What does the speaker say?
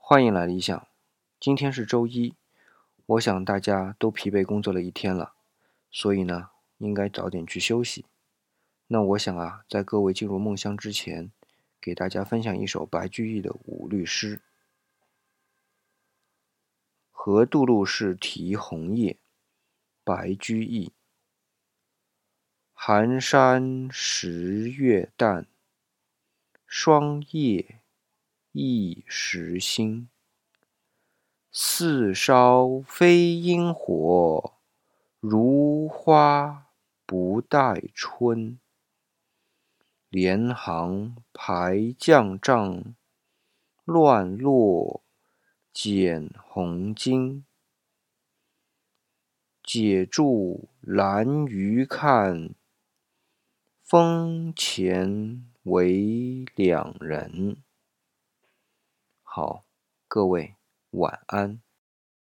欢迎来理想。今天是周一，我想大家都疲惫工作了一天了，所以呢，应该早点去休息。那我想啊，在各位进入梦乡之前，给大家分享一首白居易的五律诗：何渡路是啼红叶，白居易。寒山石月淡，霜叶一时新。四烧非因火，如花不待春。连行排将帐，乱落剪红巾。解住兰屿看，风前为两人。好，各位晚安。